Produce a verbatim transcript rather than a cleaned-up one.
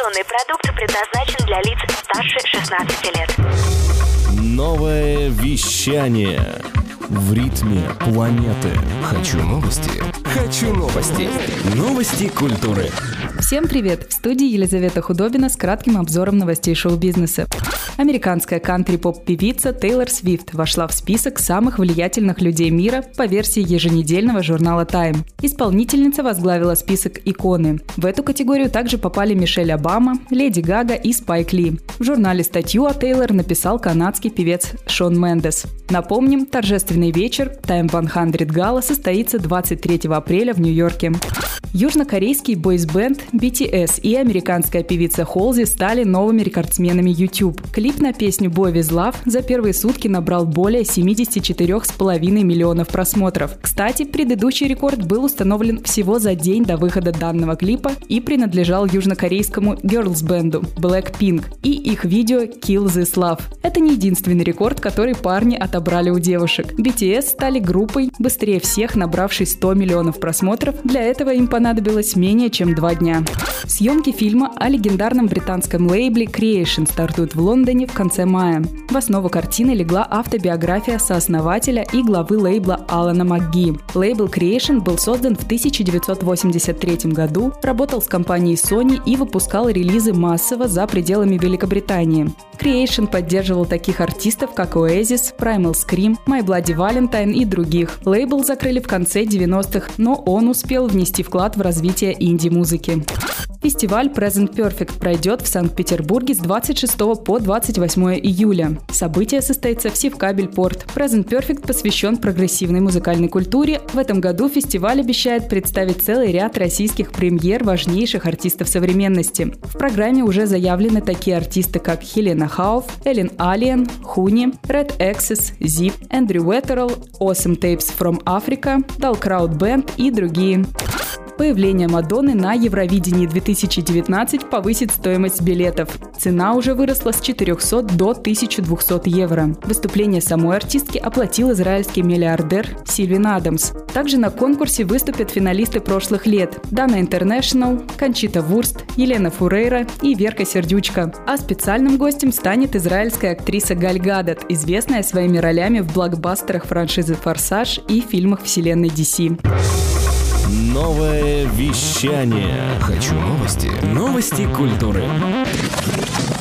Информационный продукт предназначен для лиц старше шестнадцати лет. Новое вещание в ритме планеты. Хочу новости. Хочу новости. Новости культуры. Всем привет! В студии Елизавета Худобина с кратким обзором новостей шоу-бизнеса. Американская кантри-поп-певица Тейлор Свифт вошла в список самых влиятельных людей мира по версии еженедельного журнала Time. Исполнительница возглавила список иконы. В эту категорию также попали Мишель Обама, Леди Гага и Спайк Ли. В журнале статью о Тейлор написал канадский певец Шон Мендес. Напомним, торжественный вечер Time сто Gala состоится двадцать третьего апреля в Нью-Йорке. Южнокорейский бойс-бенд би ти эс и американская певица Холзи стали новыми рекордсменами YouTube. Клип на песню «Boy With Love» за первые сутки набрал более семьдесят четыре с половиной миллионов просмотров. Кстати, предыдущий рекорд был установлен всего за день до выхода данного клипа и принадлежал южнокорейскому girls-бенду Blackpink и их видео «Kill This Love». Это не единственный рекорд, который парни отобрали у девушек. би ти эс стали группой, быстрее всех набравшей сто миллионов просмотров. Для этого им понадобилось менее чем два дня. Съемки фильма о легендарном британском лейбле Creation стартуют в Лондоне в конце мая. В основу картины легла автобиография сооснователя и главы лейбла Алана Макги. Лейбл Creation был создан в тысяча девятьсот восемьдесят третьем году, работал с компанией Sony и выпускал релизы массово за пределами Великобритании. Creation поддерживал таких артистов, как Oasis, Primal Scream, My Bloody Valentine и других. Лейбл закрыли в конце девяностых, но он успел внести вклад в развитие инди-музыки. Фестиваль Present Perfect пройдет в Санкт-Петербурге с двадцать шестого по двадцать восьмое июля. Событие состоится в Севкабель-Порт. Present Perfect посвящен прогрессивной музыкальной культуре. В этом году фестиваль обещает представить целый ряд российских премьер важнейших артистов современности. В программе уже заявлены такие артисты, как Хелена Хауф, Эллен Алиен, Хуни, Red Access, Zip, Эндрю Уэтерл, Awesome Tapes from Africa, Dull Crowd Band и другие. Появление Мадонны на Евровидении две тысячи девятнадцать повысит стоимость билетов. Цена уже выросла с четырехсот до тысячи двухсот евро. Выступление самой артистки оплатил израильский миллиардер Сильвин Адамс. Также на конкурсе выступят финалисты прошлых лет Дана Интернешнл, Кончита Вурст, Елена Фурейра и Верка Сердючка. А специальным гостем станет израильская актриса Галь Гадот, известная своими ролями в блокбастерах франшизы «Форсаж» и фильмах вселенной ди си. Новое вещание. Хочу новости. Новости культуры.